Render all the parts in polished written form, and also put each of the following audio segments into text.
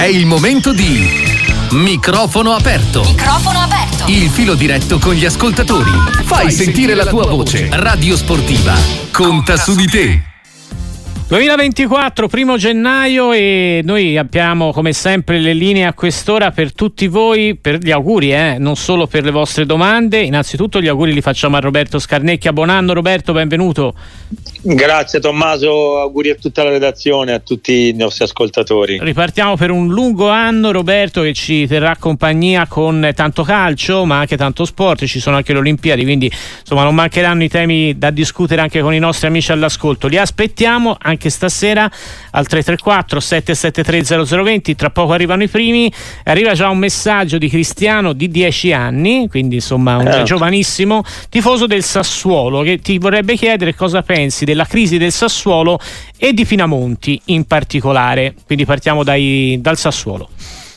il momento di Microfono aperto. Microfono aperto. Il filo diretto con gli ascoltatori. Fai sentire la tua voce. Radio Sportiva conta su di te. 2024, 1 gennaio, e noi abbiamo come sempre le linee a quest'ora per tutti voi, per gli auguri, non solo per le vostre domande. Innanzitutto gli auguri li facciamo a Roberto Scarnecchia. Buon anno Roberto, benvenuto. Grazie Tommaso, auguri a tutta la redazione, a tutti i nostri ascoltatori. Ripartiamo per un lungo anno, Roberto, che ci terrà compagnia con tanto calcio ma anche tanto sport. Ci sono anche le Olimpiadi, quindi insomma non mancheranno i temi da discutere anche con i nostri amici all'ascolto. Li aspettiamo anche stasera al 334 773 0020. Tra poco arrivano i primi. Arriva già un messaggio di Cristiano di 10 anni, quindi insomma un giovanissimo tifoso del Sassuolo, che ti vorrebbe chiedere cosa pensi della crisi del Sassuolo e di Pinamonti in particolare. Quindi partiamo dal Sassuolo.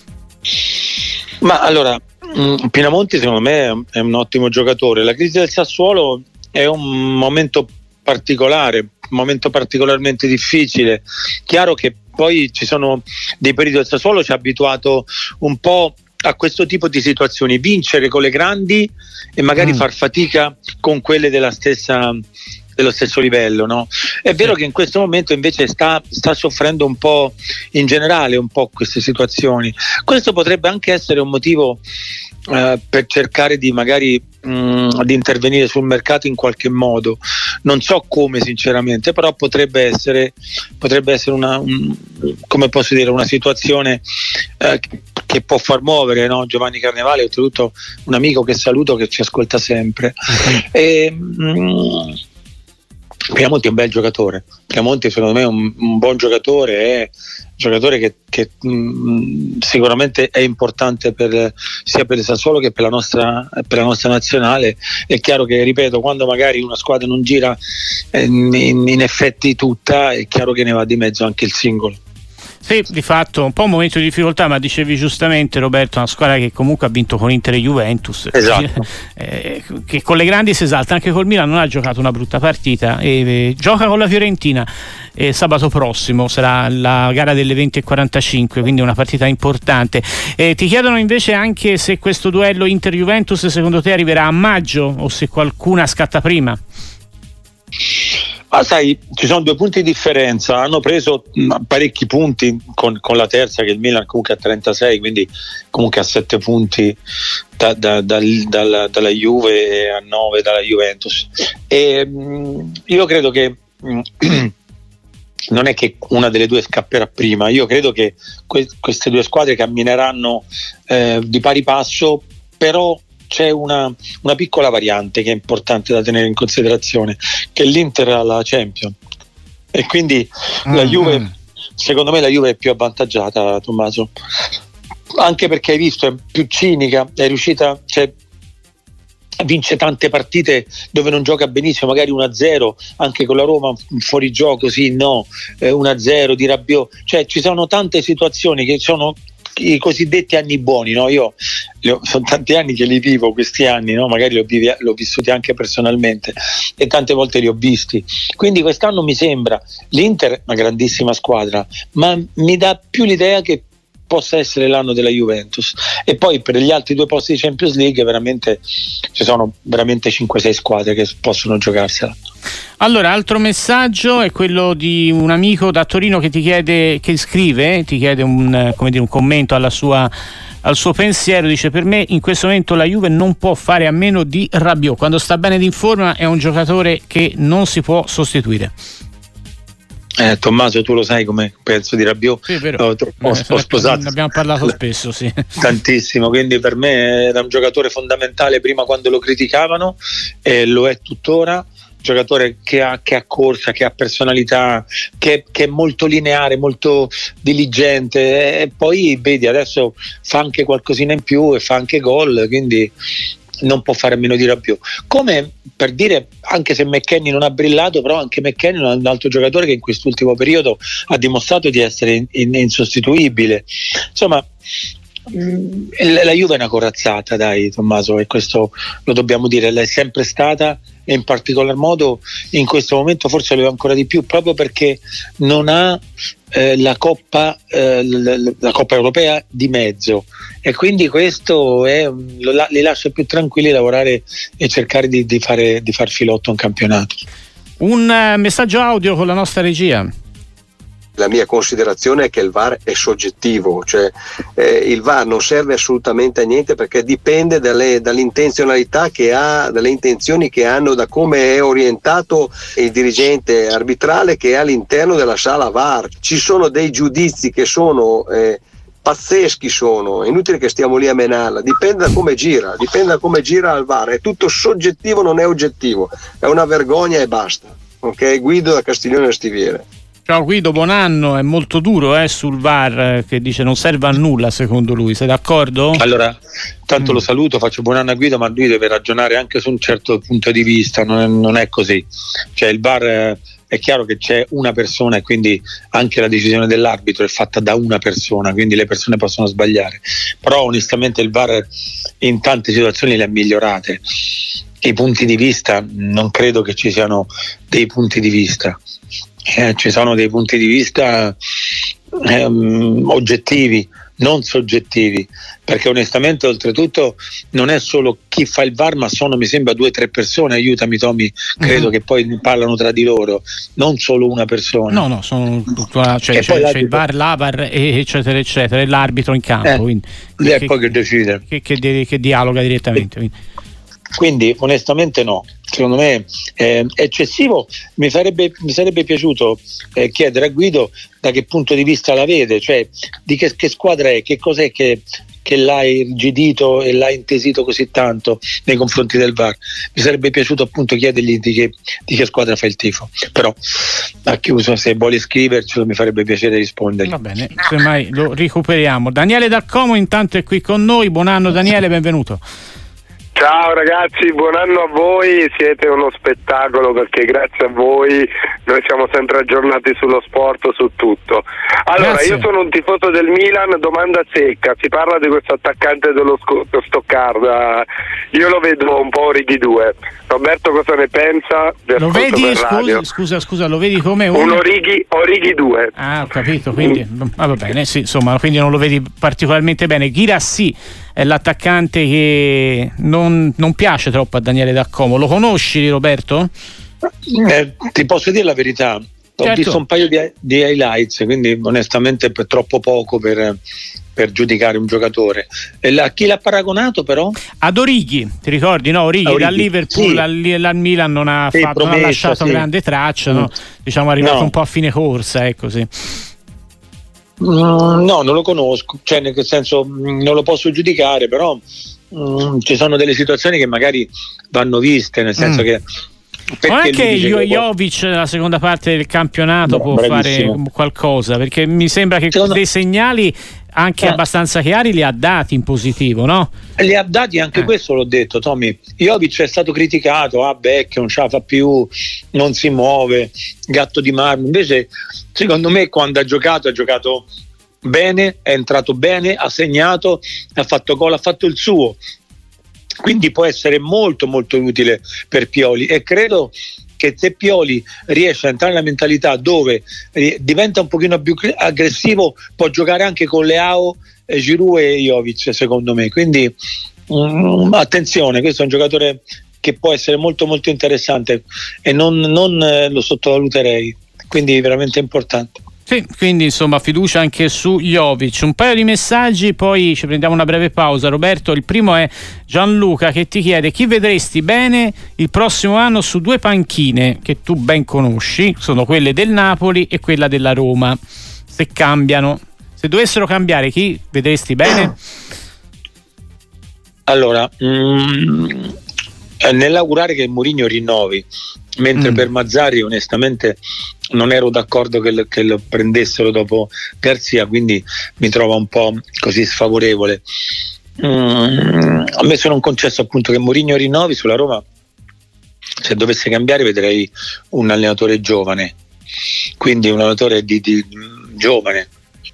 Ma allora, Pinamonti secondo me è un ottimo giocatore. La crisi del Sassuolo è un momento particolarmente difficile. Chiaro che poi ci sono dei periodi del Sassuolo, ci ha abituato un po' a questo tipo di situazioni, vincere con le grandi e magari far fatica con quelle dello stesso livello, no? È vero che in questo momento invece sta soffrendo un po' in generale queste situazioni. Questo potrebbe anche essere un motivo per cercare di magari di intervenire sul mercato in qualche modo. Non so come sinceramente, però potrebbe essere una situazione che può far muovere, no? Giovanni Carnevale, oltretutto un amico che saluto, che ci ascolta sempre. Piamonti è un bel giocatore. Piamonti secondo me è un buon giocatore, è un giocatore che sicuramente è importante sia per il Sassuolo che per la nostra nazionale. È chiaro che, ripeto, quando magari una squadra non gira in effetti tutta, è chiaro che ne va di mezzo anche il singolo. Sì, di fatto un po' un momento di difficoltà, ma dicevi giustamente Roberto, una squadra che comunque ha vinto con Inter e Juventus, esatto. Che con le grandi si esalta. Anche col Milan non ha giocato una brutta partita, gioca con la Fiorentina sabato prossimo, sarà la gara delle 20:45, quindi una partita importante. Ti chiedono invece anche se questo duello Inter-Juventus secondo te arriverà a maggio o se qualcuna scatta prima. Ma sai, ci sono 2 punti di differenza, hanno preso parecchi punti con la terza, che il Milan comunque ha 36, quindi comunque a 7 punti dalla Juve e a 9 dalla Juventus. E io credo che non è che una delle due scapperà prima, io credo che queste 2 squadre cammineranno di pari passo, però c'è una piccola variante che è importante da tenere in considerazione, che l'Inter ha la Champions e quindi la Juve, secondo me la Juve è più avvantaggiata, Tommaso, anche perché hai visto, è più cinica, è riuscita, vince tante partite dove non gioca benissimo, magari 1-0 anche con la Roma, fuori gioco, sì, no, 1-0 di Rabiot, ci sono tante situazioni che sono i cosiddetti anni buoni, no? Io sono tanti anni che li vivo, questi anni, no? Magari l'ho vissuti anche personalmente e tante volte li ho visti, quindi quest'anno mi sembra l'Inter una grandissima squadra, ma mi dà più l'idea che possa essere l'anno della Juventus. E poi per gli altri 2 posti di Champions League veramente ci sono veramente 5-6 squadre che possono giocarsela. Allora, altro messaggio è quello di un amico da Torino che ti chiede un commento al suo pensiero. Dice: per me in questo momento la Juve non può fare a meno di Rabiot, quando sta bene ed in forma è un giocatore che non si può sostituire. Tommaso, tu lo sai come penso di Rabiot. Sì, vero. Ho sposato, ne abbiamo parlato spesso, sì. Tantissimo, quindi per me era un giocatore fondamentale prima, quando lo criticavano, e lo è tuttora. Giocatore che ha corsa, che ha personalità, che è molto lineare, molto diligente, e poi vedi adesso fa anche qualcosina in più e fa anche gol, quindi non può fare a meno di Rabiot. Come per dire, anche se McKennie non ha brillato, però anche McKennie è un altro giocatore che in quest'ultimo periodo ha dimostrato di essere insostituibile. Insomma, la Juve è una corazzata, dai Tommaso, e questo lo dobbiamo dire, l'è sempre stata, e in particolar modo in questo momento forse lo è ancora di più, proprio perché non ha la Coppa Europea di mezzo, e quindi questo li lascia più tranquilli lavorare e cercare di far filotto un campionato. Un messaggio audio con la nostra regia. La mia considerazione è che il VAR è soggettivo, cioè il VAR non serve assolutamente a niente, perché dipende dall'intenzionalità che ha, dalle intenzioni che hanno, da come è orientato il dirigente arbitrale che è all'interno della sala VAR. Ci sono dei giudizi che sono pazzeschi, è inutile che stiamo lì a menarla, dipende da come gira al VAR, è tutto soggettivo, non è oggettivo, è una vergogna e basta. Ok, Guido da Castiglione Stiviere. Ciao Guido, buon anno. È molto duro sul VAR, che dice non serve a nulla secondo lui, sei d'accordo? Allora, tanto lo saluto, faccio buon anno a Guido, ma lui deve ragionare anche su un certo punto di vista, non è così, cioè il VAR è chiaro che c'è una persona e quindi anche la decisione dell'arbitro è fatta da una persona, quindi le persone possono sbagliare, però onestamente il VAR in tante situazioni le ha migliorate. I punti di vista, non credo che ci siano dei punti di vista, ci sono dei punti di vista oggettivi, non soggettivi, perché onestamente oltretutto non è solo chi fa il VAR, ma sono, mi sembra, 2 o 3 persone, aiutami Tommy, credo che poi parlano tra di loro, non solo una persona. No, sono c'è il VAR, l'AVAR eccetera eccetera, e l'arbitro in campo, quindi è poi che decide, che dialoga direttamente. Quindi onestamente no, secondo me è eccessivo. Mi sarebbe piaciuto chiedere a Guido da che punto di vista la vede, cioè di che squadra è, che cos'è che l'ha irrigidito e l'ha intesito così tanto nei confronti del VAR. Mi sarebbe piaciuto appunto chiedergli di che squadra fa il tifo, però ha chiuso, se vuole scrivercelo mi farebbe piacere rispondergli. Va bene, semmai lo recuperiamo. Daniele Dal Como intanto è qui con noi, buon anno Daniele, benvenuto. Ciao ragazzi, buon anno a voi, siete uno spettacolo, perché grazie a voi noi siamo sempre aggiornati sullo sport, su tutto. Allora, grazie. Io sono un tifoso del Milan, domanda secca, si parla di questo attaccante dello Stoccarda, io lo vedo un po' Orighi 2. Roberto cosa ne pensa? Lo vedi? Scusa, lo vedi come un Orighi 2. Ah, ho capito, quindi va bene, sì, insomma, quindi non lo vedi particolarmente bene. Guirassy è l'attaccante che non piace troppo a Daniele Dal Como. Lo conosci, Roberto? Ti posso dire la verità, certo. Ho visto un paio di highlights, quindi onestamente è troppo poco per giudicare un giocatore. E chi l'ha paragonato però? Ad Orighi, ti ricordi? No, Orighi dal Liverpool al Milan non ha lasciato grande traccia, no? Diciamo è arrivato un po' a fine corsa, ecco, sì. No, non lo conosco, cioè nel senso non lo posso giudicare, però ci sono delle situazioni che magari vanno viste, nel senso che anche Jovic nella seconda parte del campionato può fare qualcosa, perché mi sembra che dei segnali anche abbastanza chiari li ha dati in positivo, no? Li ha dati anche questo, l'ho detto Tommy. Jovic è stato criticato, vecchio, non ce la fa più, non si muove, gatto di marmo. Invece secondo me quando ha giocato bene, è entrato bene, ha segnato, ha fatto gol, ha fatto il suo, quindi può essere molto molto utile per Pioli, e credo che se Pioli riesce a entrare nella mentalità dove diventa un pochino più aggressivo, può giocare anche con Leao, Giroud e Jovic, secondo me. Quindi attenzione, questo è un giocatore che può essere molto molto interessante e non lo sottovaluterei, quindi veramente importante. Sì, quindi insomma fiducia anche su Jovic. Un paio di messaggi, poi ci prendiamo una breve pausa. Roberto, il primo è Gianluca che ti chiede: chi vedresti bene il prossimo anno su 2 panchine che tu ben conosci, sono quelle del Napoli e quella della Roma, se cambiano, se dovessero cambiare, chi vedresti bene? Allora, nell'augurare che Mourinho rinnovi, mentre per Mazzarri onestamente non ero d'accordo che lo prendessero dopo Garzia, quindi mi trovo un po' così sfavorevole. A me sono un concesso appunto che Mourinho rinnovi. Sulla Roma, se dovesse cambiare, vedrei un allenatore giovane, quindi un allenatore di giovane,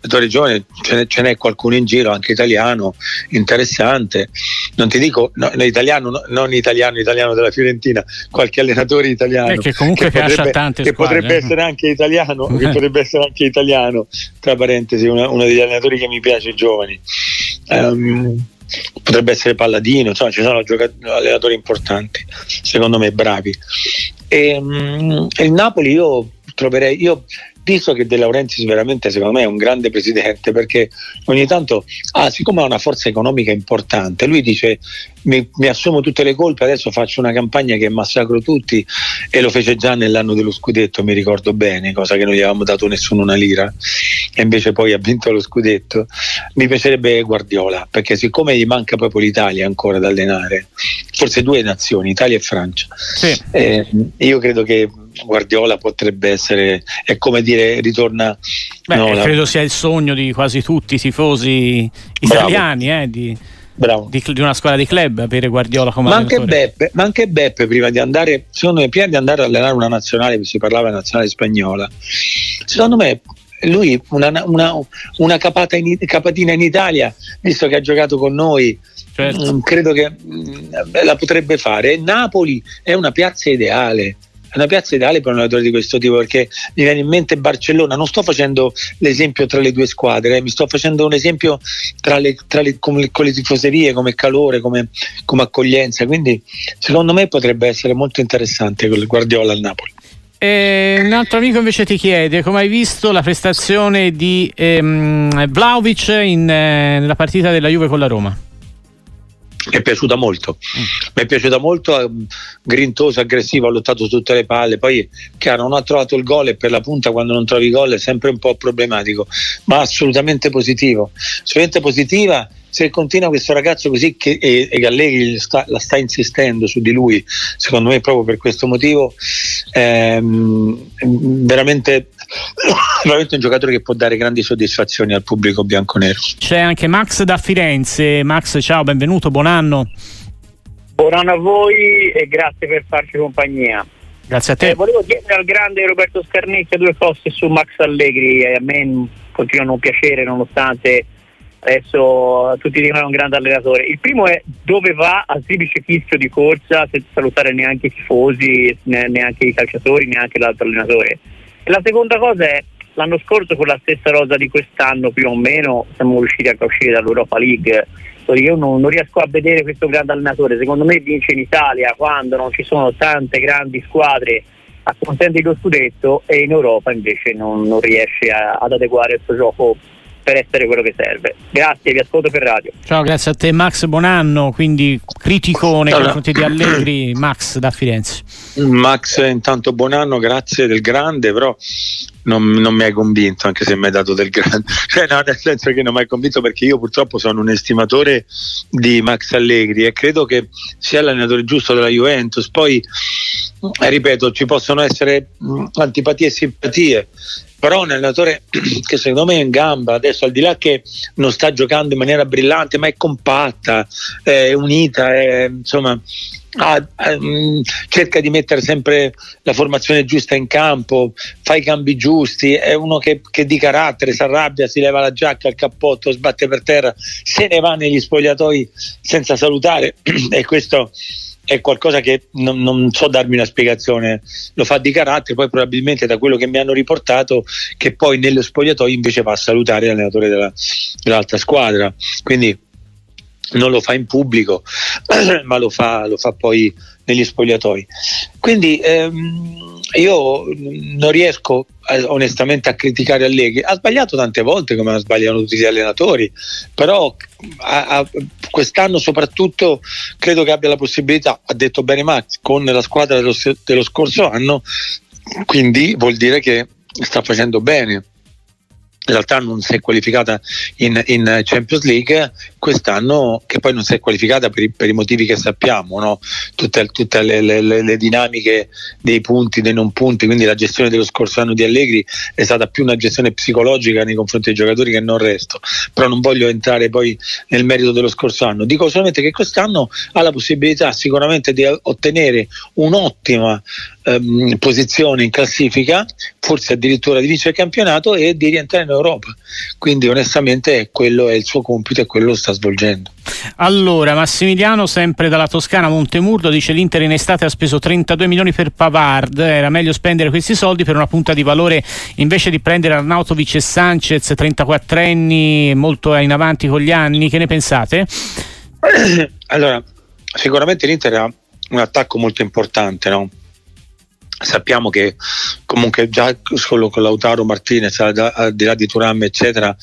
allenatore giovane, ce n'è qualcuno in giro, anche italiano, interessante. Non ti dico non italiano della Fiorentina, qualche allenatore italiano che comunque piace a tante che squadre, potrebbe essere anche italiano, che potrebbe essere anche italiano, tra parentesi, uno degli allenatori che mi piace giovani. Potrebbe essere Palladino, insomma ci sono allenatori importanti, secondo me bravi. E il Napoli io visto che De Laurentiis veramente secondo me è un grande presidente, perché ogni tanto siccome ha una forza economica importante, lui dice mi assumo tutte le colpe, adesso faccio una campagna che massacro tutti, e lo fece già nell'anno dello scudetto, mi ricordo bene, cosa che non gli avevamo dato nessuno una lira, e invece poi ha vinto lo scudetto. Mi piacerebbe Guardiola, perché siccome gli manca proprio l'Italia ancora da allenare, forse 2 nazioni, Italia e Francia, sì. Io credo che Guardiola potrebbe essere, è come dire, ritorna. Credo sia il sogno di quasi tutti i tifosi italiani, di una squadra di club, avere Guardiola come allenatore. Ma anche Beppe prima di andare, secondo me, prima di andare a allenare una nazionale, si parlava di nazionale spagnola, secondo me lui una capatina in Italia, visto che ha giocato con noi, certo. Credo che la potrebbe fare. Napoli è una piazza ideale. È una piazza ideale per un allenatore di questo tipo, perché mi viene in mente Barcellona. Non sto facendo l'esempio tra le due squadre, mi sto facendo un esempio con le tifoserie, come calore, come accoglienza. Quindi secondo me potrebbe essere molto interessante quel Guardiola al Napoli. Un altro amico invece ti chiede come hai visto la prestazione di Vlahovic nella partita della Juve con la Roma. Mi è piaciuta molto, grintoso, aggressivo, ha lottato su tutte le palle. Poi chiaro, non ha trovato il gol, e per la punta quando non trovi gol è sempre un po' problematico, ma assolutamente positiva. Se continua questo ragazzo così, e Allegri la sta insistendo su di lui, secondo me proprio per questo motivo, veramente un giocatore che può dare grandi soddisfazioni al pubblico bianconero. C'è anche Max da Firenze. Max, ciao, benvenuto, buon anno. Buon anno a voi e grazie per farci compagnia. Grazie a te. Volevo chiedere al grande Roberto Scarnecchia 2 cose su Max Allegri. A me continua a non piacere, nonostante adesso tutti dicono è un grande allenatore. Il primo è: dove va a Zibice fischio di corsa senza salutare neanche i tifosi, neanche i calciatori, neanche l'altro allenatore. E la seconda cosa è: l'anno scorso con la stessa rosa di quest'anno più o meno siamo riusciti a uscire dall'Europa League. Io non riesco a vedere questo grande allenatore. Secondo me vince in Italia quando non ci sono tante grandi squadre a contendere lo scudetto, e in Europa invece non riesce ad adeguare il suo gioco per essere quello che serve. Grazie, vi ascolto per radio. Ciao, grazie a te Max, buon anno. Quindi critico nei confronti di Allegri, Max da Firenze. Max, intanto buon anno, grazie del grande, però non mi hai convinto, anche se mi hai dato del grande, nel senso che non mi hai convinto, perché io purtroppo sono un estimatore di Max Allegri e credo che sia l'allenatore giusto della Juventus. Poi ripeto, ci possono essere antipatie e simpatie, però un allenatore che secondo me è in gamba adesso, al di là che non sta giocando in maniera brillante, ma è compatta, è unita, insomma cerca di mettere sempre la formazione giusta in campo, fa i cambi giusti, è uno che di carattere, si arrabbia, si leva la giacca, il cappotto, sbatte per terra, se ne va negli spogliatoi senza salutare e questo è qualcosa che non so darmi una spiegazione, lo fa di carattere. Poi probabilmente, da quello che mi hanno riportato, che poi nello spogliatoio invece va a salutare l'allenatore dell'altra squadra, quindi non lo fa in pubblico ma lo fa poi negli spogliatoi. Quindi io non riesco onestamente a criticare Allegri. Ha sbagliato tante volte, come sbagliano tutti gli allenatori, però quest'anno soprattutto credo che abbia la possibilità, ha detto bene Max, con la squadra dello scorso anno, quindi vuol dire che sta facendo bene. In realtà non si è qualificata in Champions League quest'anno, che poi non si è qualificata per i motivi che sappiamo, no? Tutte le dinamiche dei punti, dei non punti, quindi la gestione dello scorso anno di Allegri è stata più una gestione psicologica nei confronti dei giocatori che non il resto. Però non voglio entrare poi nel merito dello scorso anno, dico solamente che quest'anno ha la possibilità sicuramente di ottenere un'ottima posizione in classifica, forse addirittura di vincere il campionato e di rientrare in Europa. Quindi onestamente quello è il suo compito e quello lo sta svolgendo. Allora, Massimiliano, sempre dalla Toscana, Montemurdo, dice: l'Inter in estate ha speso 32 milioni per Pavard, era meglio spendere questi soldi per una punta di valore invece di prendere Arnautovic e Sanchez, 34enni, molto in avanti con gli anni. Che ne pensate? Allora, sicuramente l'Inter ha un attacco molto importante, no? Sappiamo che comunque già solo con Lautaro Martinez, al di là di Thuram eccetera,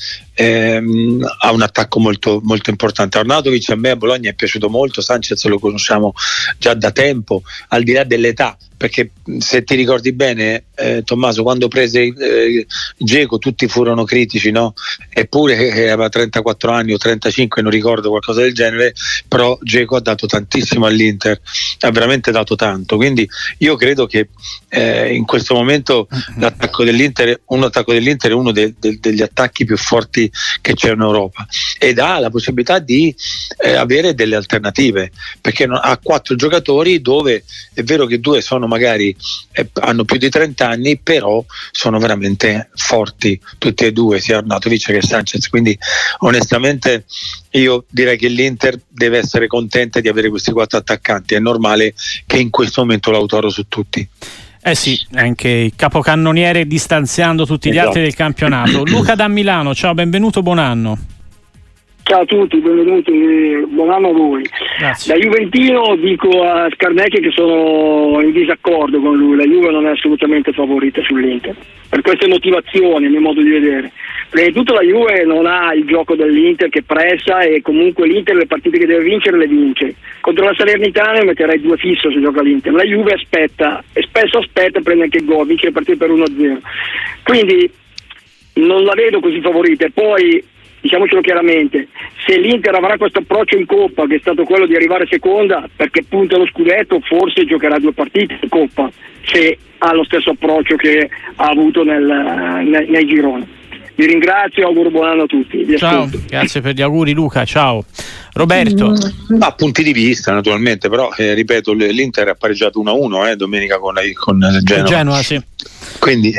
ha un attacco molto, molto importante. Arnautovic a me a Bologna è piaciuto molto, Sanchez lo conosciamo già da tempo, al di là dell'età, perché se ti ricordi bene Tommaso, quando prese Dzeko tutti furono critici, no? Eppure aveva 34 anni o 35, non ricordo, qualcosa del genere, però Dzeko ha dato tantissimo all'Inter, ha veramente dato tanto, quindi io credo che in questo momento l'attacco dell'Inter è uno degli attacchi più forti che c'è in Europa, ed ha la possibilità di avere delle alternative, perché ha 4 giocatori dove è vero che 2 sono magari hanno più di 30 anni, però sono veramente forti tutti e 2, sia Arnautovic che Sanchez, quindi onestamente io direi che l'Inter deve essere contenta di avere questi 4 attaccanti, è normale che in questo momento Lautaro su tutti. Eh sì, anche il capocannoniere distanziando tutti gli altri del campionato. Luca da Milano, ciao, benvenuto, buon anno. Ciao a tutti, benvenuti, buon anno a voi. Grazie. Da Juventino dico a Scarnecchi che sono in disaccordo con lui, la Juve non è assolutamente favorita sull'Inter, per queste motivazioni, a mio modo di vedere. Prima di tutto la Juve non ha il gioco dell'Inter che pressa, e comunque l'Inter le partite che deve vincere le vince. Contro la Salernitana metterei 2 fisso se gioca l'Inter. La Juve aspetta, e spesso aspetta, prende anche il gol, vince le partite per 1-0. Quindi non la vedo così favorita. E poi diciamocelo chiaramente, se l'Inter avrà questo approccio in Coppa, che è stato quello di arrivare seconda perché punta lo scudetto, forse giocherà 2 partite in Coppa, se ha lo stesso approccio che ha avuto nei gironi. Vi ringrazio, auguro buon anno a tutti. Ciao, grazie per gli auguri Luca, ciao. Roberto. Ma punti di vista naturalmente, però ripeto, l'Inter ha pareggiato 1-1 domenica con Genoa. Sì. Quindi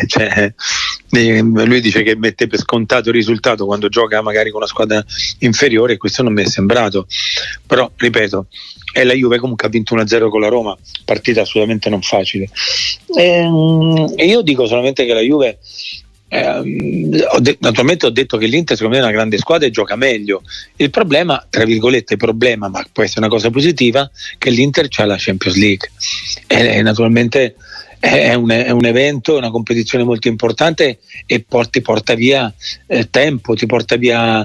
lui dice che mette per scontato il risultato quando gioca magari con una squadra inferiore, e questo non mi è sembrato, però ripeto, e la Juve comunque ha vinto 1-0 con la Roma, partita assolutamente non facile, e io dico solamente che la Juve naturalmente ho detto che l'Inter secondo me è una grande squadra e gioca meglio. Il problema, tra virgolette problema, ma può essere una cosa positiva, che l'Inter c'ha la Champions League, e naturalmente è un evento, una competizione molto importante, e ti porta via tempo, ti porta via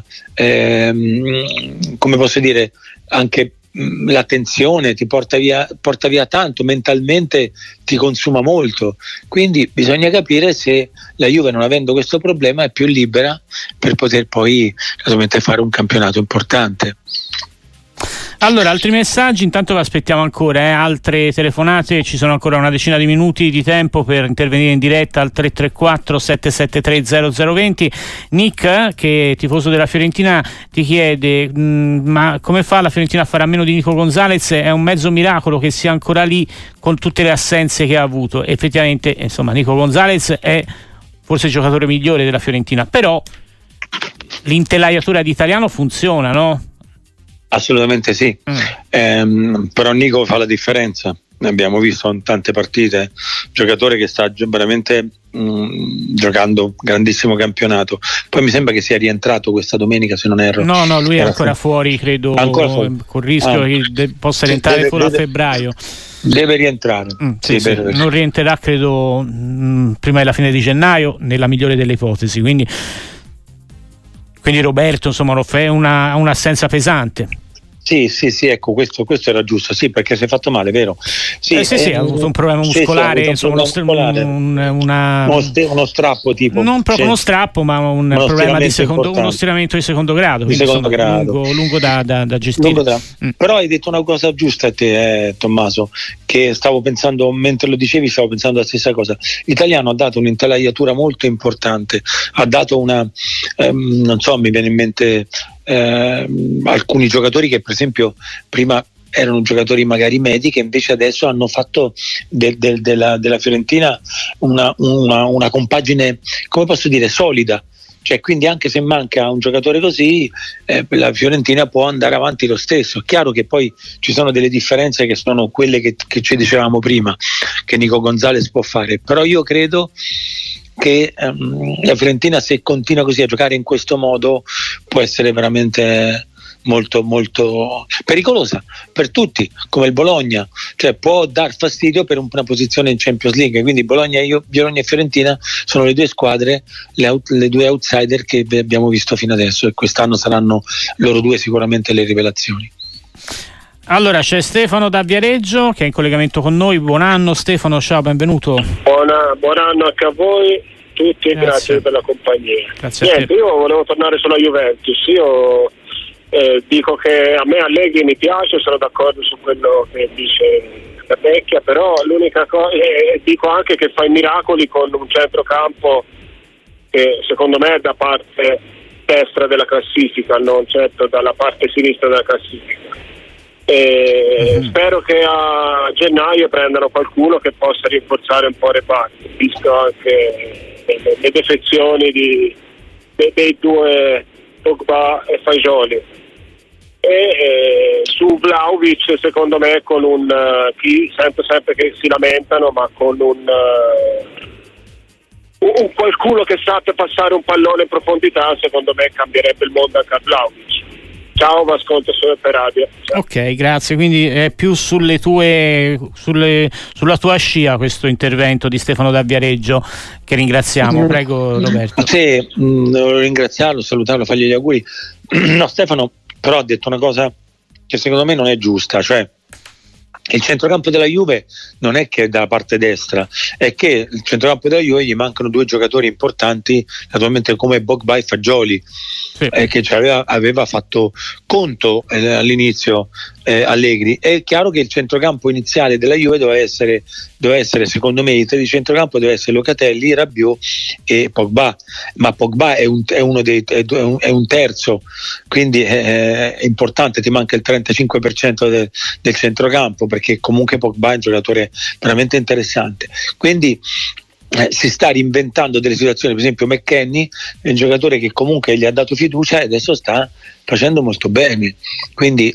come posso dire, anche l'attenzione, ti porta via tanto, mentalmente ti consuma molto, quindi bisogna capire se la Juve, non avendo questo problema, è più libera per poter poi naturalmente fare un campionato importante. Allora, altri messaggi, intanto vi aspettiamo ancora, altre telefonate, ci sono ancora una decina di minuti di tempo per intervenire in diretta al 334 773 0020. Nick, che è tifoso della Fiorentina, ti chiede ma come fa la Fiorentina a fare a meno di Nico Gonzalez? È un mezzo miracolo che sia ancora lì con tutte le assenze che ha avuto. Effettivamente, insomma, Nico Gonzalez è forse il giocatore migliore della Fiorentina, però l'intelaiatura di Italiano funziona, no? Assolutamente sì, però Nico fa la differenza, abbiamo visto in tante partite, giocatore che sta veramente giocando grandissimo campionato. Poi mi sembra che sia rientrato questa domenica, se non erro. No, lui è ancora fuori, credo, con il rischio che possa rientrare solo a febbraio. Deve rientrare. Sì. Non rientrerà, credo, prima della fine di gennaio, nella migliore delle ipotesi, quindi Roberto, insomma, è un'assenza pesante. Sì, ecco, questo era giusto, sì, perché si è fatto male, vero? Sì, ha avuto un problema muscolare, insomma, uno strappo tipo. Non proprio uno strappo, ma un problema uno stiramento di secondo grado, quindi lungo da gestire. Però hai detto una cosa giusta a te, Tommaso, che stavo pensando, mentre lo dicevi, stavo pensando la stessa cosa. L'Italiano ha dato un'intelaiatura molto importante, ha dato non so, mi viene in mente alcuni giocatori che per esempio prima erano giocatori magari medi che invece adesso hanno fatto della Fiorentina una compagine, come posso dire, solida. Cioè, quindi anche se manca un giocatore così, la Fiorentina può andare avanti lo stesso. È chiaro che poi ci sono delle differenze che sono quelle che ci dicevamo prima, che Nico Gonzalez può fare, però io credo che la Fiorentina, se continua così a giocare in questo modo, può essere veramente molto molto pericolosa per tutti, come il Bologna, cioè può dar fastidio per una posizione in Champions League. Quindi Bologna e Fiorentina sono le due squadre, le due outsider che abbiamo visto fino adesso, e quest'anno saranno loro due sicuramente le rivelazioni. Allora c'è Stefano da Viareggio che è in collegamento con noi. Buon anno Stefano, ciao, benvenuto. Buon anno anche a voi tutti e grazie per la compagnia. Niente, io volevo tornare sulla Juventus. Io dico che a me Allegri mi piace, sono d'accordo su quello che dice la vecchia, però l'unica cosa, dico anche che fa i miracoli con un centrocampo che secondo me è da parte destra della classifica, non certo dalla parte sinistra della classifica. Spero che a gennaio prendano qualcuno che possa rinforzare un po' i reparti, visto anche le defezioni dei due Pogba e Fagioli. E su Vlahovic secondo me con chi sento sempre che si lamentano, ma con un qualcuno che sappia passare un pallone in profondità, secondo me cambierebbe il mondo anche a Vlahovic. Ciao, vi ascolto per radio. Ciao. Ok, grazie. Quindi è più sulla tua scia questo intervento di Stefano da Viareggio, che ringraziamo. Prego Roberto. Sì, devo ringraziarlo, salutarlo, fargli gli auguri. No, Stefano però ha detto una cosa che secondo me non è giusta, cioè il centrocampo della Juve non è che è dalla parte destra, è che il centrocampo della Juve gli mancano due giocatori importanti, naturalmente, come Pogba e Fagioli, sì. Che aveva fatto conto all'inizio Allegri. È chiaro che il centrocampo iniziale della Juve doveva essere secondo me, il centrocampo deve essere Locatelli, Rabiot e Pogba, ma Pogba è un terzo, quindi è importante, ti manca il 35% del centrocampo, perché comunque Pogba è un giocatore veramente interessante. Quindi si sta reinventando delle situazioni, per esempio McKennie è un giocatore che comunque gli ha dato fiducia e adesso sta facendo molto bene, quindi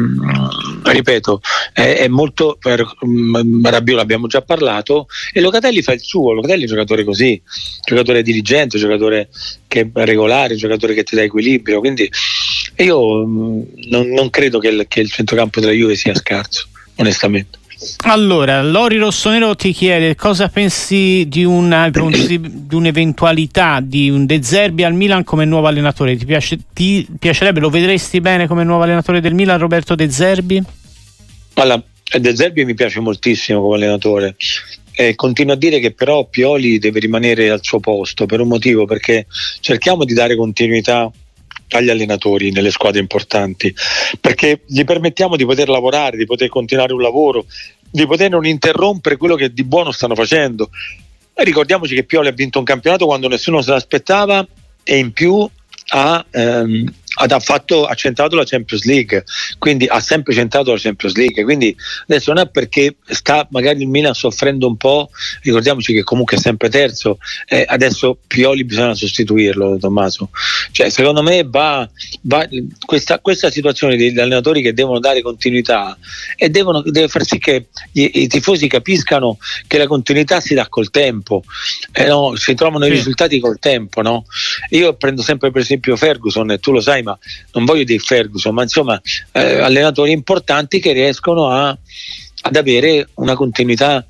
ripeto, è molto per Rabiot l'abbiamo già parlato, e Locatelli fa il suo. Locatelli è un giocatore così, giocatore diligente, giocatore che è regolare, giocatore che ti dà equilibrio, quindi io non credo che il centrocampo della Juve sia scarso, onestamente. Allora, Lori Rossonero ti chiede cosa pensi di un'eventualità di un De Zerbi al Milan come nuovo allenatore. Ti piacerebbe, lo vedresti bene come nuovo allenatore del Milan, Roberto De Zerbi? Allora, De Zerbi mi piace moltissimo come allenatore. Continuo a dire che però Pioli deve rimanere al suo posto per un motivo, perché cerchiamo di dare continuità agli allenatori nelle squadre importanti, perché gli permettiamo di poter lavorare, di poter continuare un lavoro, di poter non interrompere quello che di buono stanno facendo. E ricordiamoci che Pioli ha vinto un campionato quando nessuno se l'aspettava, e in più ha centrato la Champions League, quindi ha sempre centrato la Champions League, quindi adesso non è perché sta magari il Milan soffrendo un po', ricordiamoci che comunque è sempre terzo, adesso Pioli bisogna sostituirlo, Tommaso. Cioè, secondo me va questa situazione degli allenatori che devono dare continuità e deve far sì che i tifosi capiscano che la continuità si dà col tempo, no? Si trovano i risultati col tempo, no? Io prendo sempre per esempio Ferguson, e tu lo sai, ma non voglio dire Ferguson, ma insomma allenatori importanti che riescono ad avere una continuità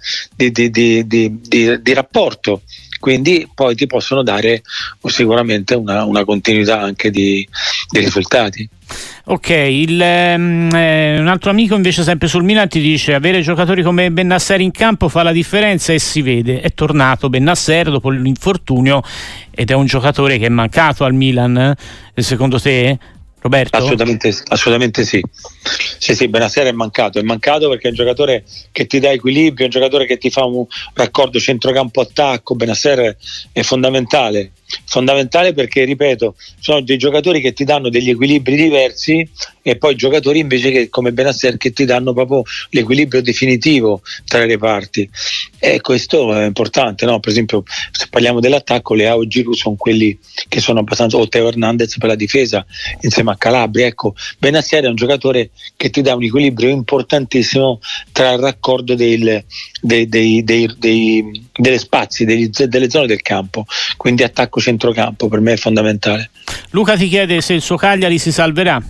di rapporto, quindi poi ti possono dare sicuramente una continuità anche di risultati. Ok, un altro amico invece sempre sul Milan ti dice: avere giocatori come Bennacer in campo fa la differenza, e si vede, è tornato Bennacer dopo l'infortunio ed è un giocatore che è mancato al Milan, secondo te, Roberto? Assolutamente sì. Sì, Bennacer è mancato perché è un giocatore che ti dà equilibrio, è un giocatore che ti fa un raccordo centrocampo-attacco. Bennacer è fondamentale, fondamentale perché, ripeto, sono dei giocatori che ti danno degli equilibri diversi e poi giocatori invece che, come Benasser, che ti danno proprio l'equilibrio definitivo tra le parti, e questo è importante, no? Per esempio, se parliamo dell'attacco, Leao e Giroud sono quelli che sono abbastanza, o Teo Hernandez per la difesa insieme a Calabria. Ecco, Benasser è un giocatore che ti dà un equilibrio importantissimo tra il raccordo delle spazi, delle zone del campo, quindi attacco centrocampo per me è fondamentale. Luca ti chiede se il suo Cagliari si salverà.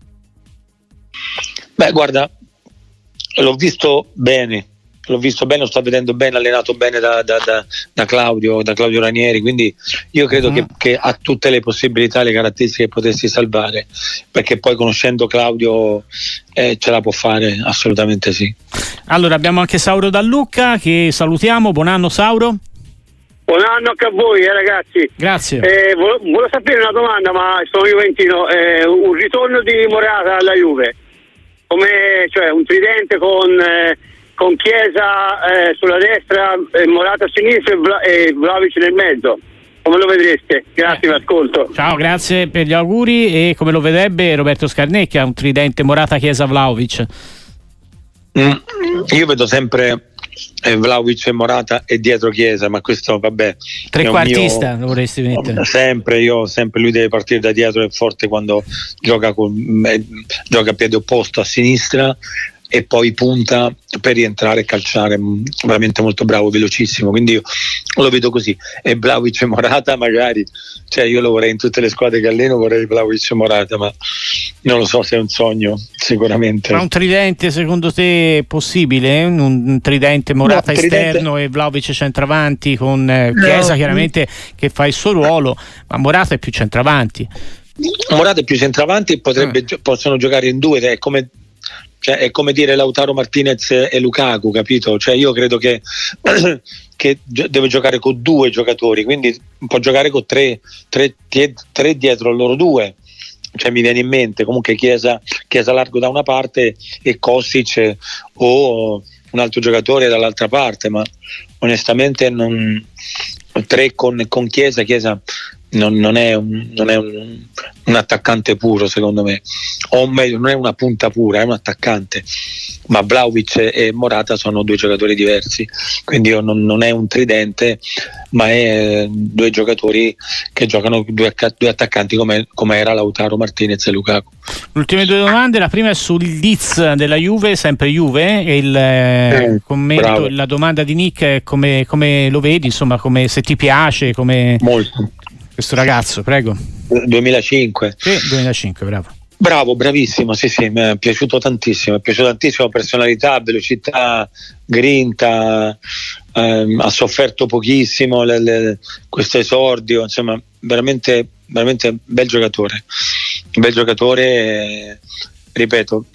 Beh, guarda, l'ho visto bene, lo sto vedendo bene, allenato bene da Claudio Ranieri, quindi io credo che ha tutte le possibilità, le caratteristiche che potessi salvare, perché poi conoscendo Claudio ce la può fare, assolutamente sì. Allora abbiamo anche Sauro da Lucca che salutiamo. Buon anno Sauro. Buon anno anche a voi ragazzi. Grazie. Volevo sapere una domanda, ma sono juventino, un ritorno di Morata alla Juve, come, cioè un tridente con Chiesa sulla destra, Morata a sinistra e Vlahovic nel mezzo, come lo vedreste? Grazie, vi ascolto. Ciao, grazie per gli auguri. E come lo vedrebbe Roberto Scarnecchia, un tridente Morata, Chiesa, Vlahovic? Io vedo sempre Vlahovic e Morata e dietro Chiesa, ma questo vabbè, trequartista lo vorresti mettere? Sempre lui deve partire da dietro, è forte quando gioca a piede opposto a sinistra e poi punta per rientrare e calciare, veramente molto bravo, velocissimo, quindi io lo vedo così. E Vlahovic e Morata magari, cioè io lo vorrei in tutte le squadre che alleno, vorrei Vlahovic e Morata, ma non lo so se è un sogno, sicuramente. Ma un tridente secondo te è possibile? Un tridente Morata esterno e Vlahovic centravanti con Chiesa chiaramente che fa il suo ruolo, ma Morata è più centravanti. Morata è più centravanti e possono giocare in due, è come dire Lautaro Martinez e Lukaku, capito? Cioè io credo che deve giocare con due giocatori, quindi può giocare con tre dietro a loro due. Cioè mi viene in mente comunque Chiesa largo da una parte e Kostic o un altro giocatore dall'altra parte, ma onestamente tre con Chiesa non è un attaccante puro, secondo me, o meglio non è una punta pura, è un attaccante, ma Vlahovic e Morata sono due giocatori diversi, quindi non è un tridente, ma è due giocatori che giocano due attaccanti come era Lautaro Martinez e Lukaku. Ultime due domande, la prima è sul Leeds della Juve, sempre Juve, e il commento, bravo. La domanda di Nick è come lo vedi, insomma, come se ti piace, come molto questo ragazzo, prego. 2005. Sì, 2005, bravo. Bravo, bravissimo, sì, mi è piaciuto tantissimo, personalità, velocità, grinta, ha sofferto pochissimo questo esordio, insomma, veramente bel giocatore, ripeto,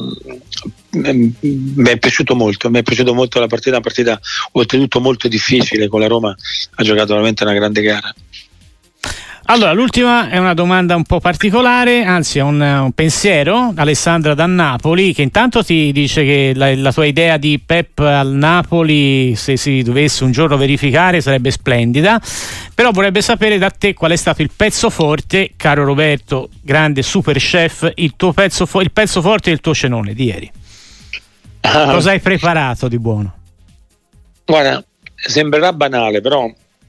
mi è piaciuto molto la partita, una partita oltretutto molto difficile, con la Roma ha giocato veramente una grande gara. Allora, l'ultima è una domanda un po' particolare, anzi è un pensiero. Alessandra da Napoli, che intanto ti dice che la tua idea di Pep al Napoli, se si dovesse un giorno verificare, sarebbe splendida, però vorrebbe sapere da te qual è stato il pezzo forte, caro Roberto, grande super chef, il pezzo forte del tuo cenone di ieri. Cosa hai preparato di buono? Guarda, sembrerà banale, però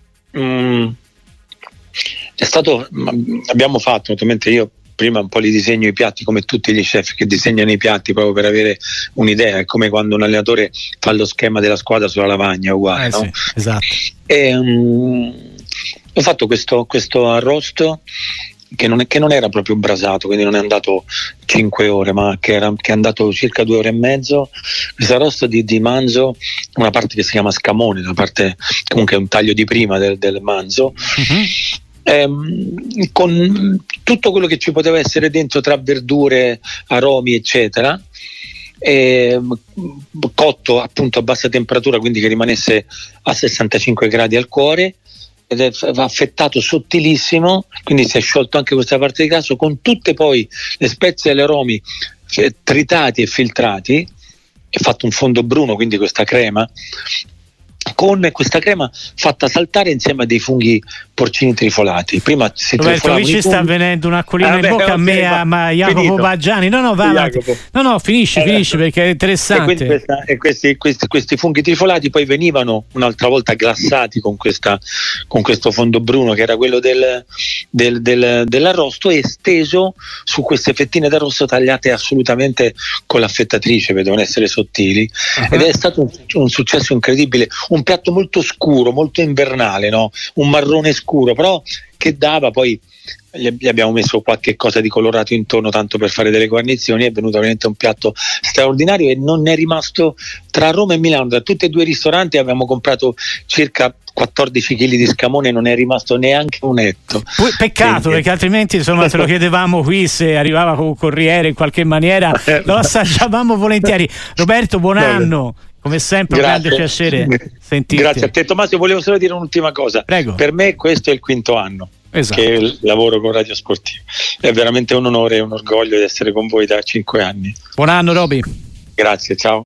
abbiamo fatto, naturalmente io prima un po' li disegno i piatti come tutti gli chef che disegnano i piatti proprio per avere un'idea, è come quando un allenatore fa lo schema della squadra sulla lavagna, uguale, no? Sì, esatto. E ho fatto questo arrosto che non era proprio brasato, quindi non è andato 5 ore, ma che è andato circa 2 ore e mezzo. Questo arrosto di manzo, una parte che si chiama scamone, una parte comunque è un taglio di prima del manzo, con tutto quello che ci poteva essere dentro tra verdure, aromi eccetera, cotto appunto a bassa temperatura, quindi che rimanesse a 65 gradi al cuore, ed è affettato sottilissimo, quindi si è sciolto anche questa parte di grasso, con tutte poi le spezie e gli aromi tritati e filtrati, e fatto un fondo bruno, quindi questa crema, con questa crema fatta saltare insieme a dei funghi porcini trifolati. Prima si Roberto, qui ci sta venendo un'acquolina in bocca a me, ma Jacopo Baggiani. No, finisci perché è interessante. E questi funghi trifolati poi venivano un'altra volta glassati con questo fondo bruno che era quello dell'arrosto, e steso su queste fettine d'arrosto tagliate assolutamente con l'affettatrice, devono essere sottili, ed è stato un successo incredibile. Un piatto molto scuro, molto invernale, no? Un marrone scuro, però che dava, poi gli abbiamo messo qualche cosa di colorato intorno tanto per fare delle guarnizioni. È venuto veramente un piatto straordinario, e non è rimasto, tra Roma e Milano, da tutti e due i ristoranti abbiamo comprato circa 14 kg di scamone, non è rimasto neanche un etto. Peccato, perché altrimenti se lo chiedevamo qui, se arrivava con un corriere in qualche maniera lo assaggiavamo volentieri. Roberto, buon anno. Come sempre, un grande piacere sentirti. Grazie a te, Tommaso. Volevo solo dire un'ultima cosa. Prego. Per me questo è il 5° anno che lavoro con Radio Sportiva. È veramente un onore e un orgoglio di essere con voi da 5 anni. Buon anno, Roby. Grazie, ciao.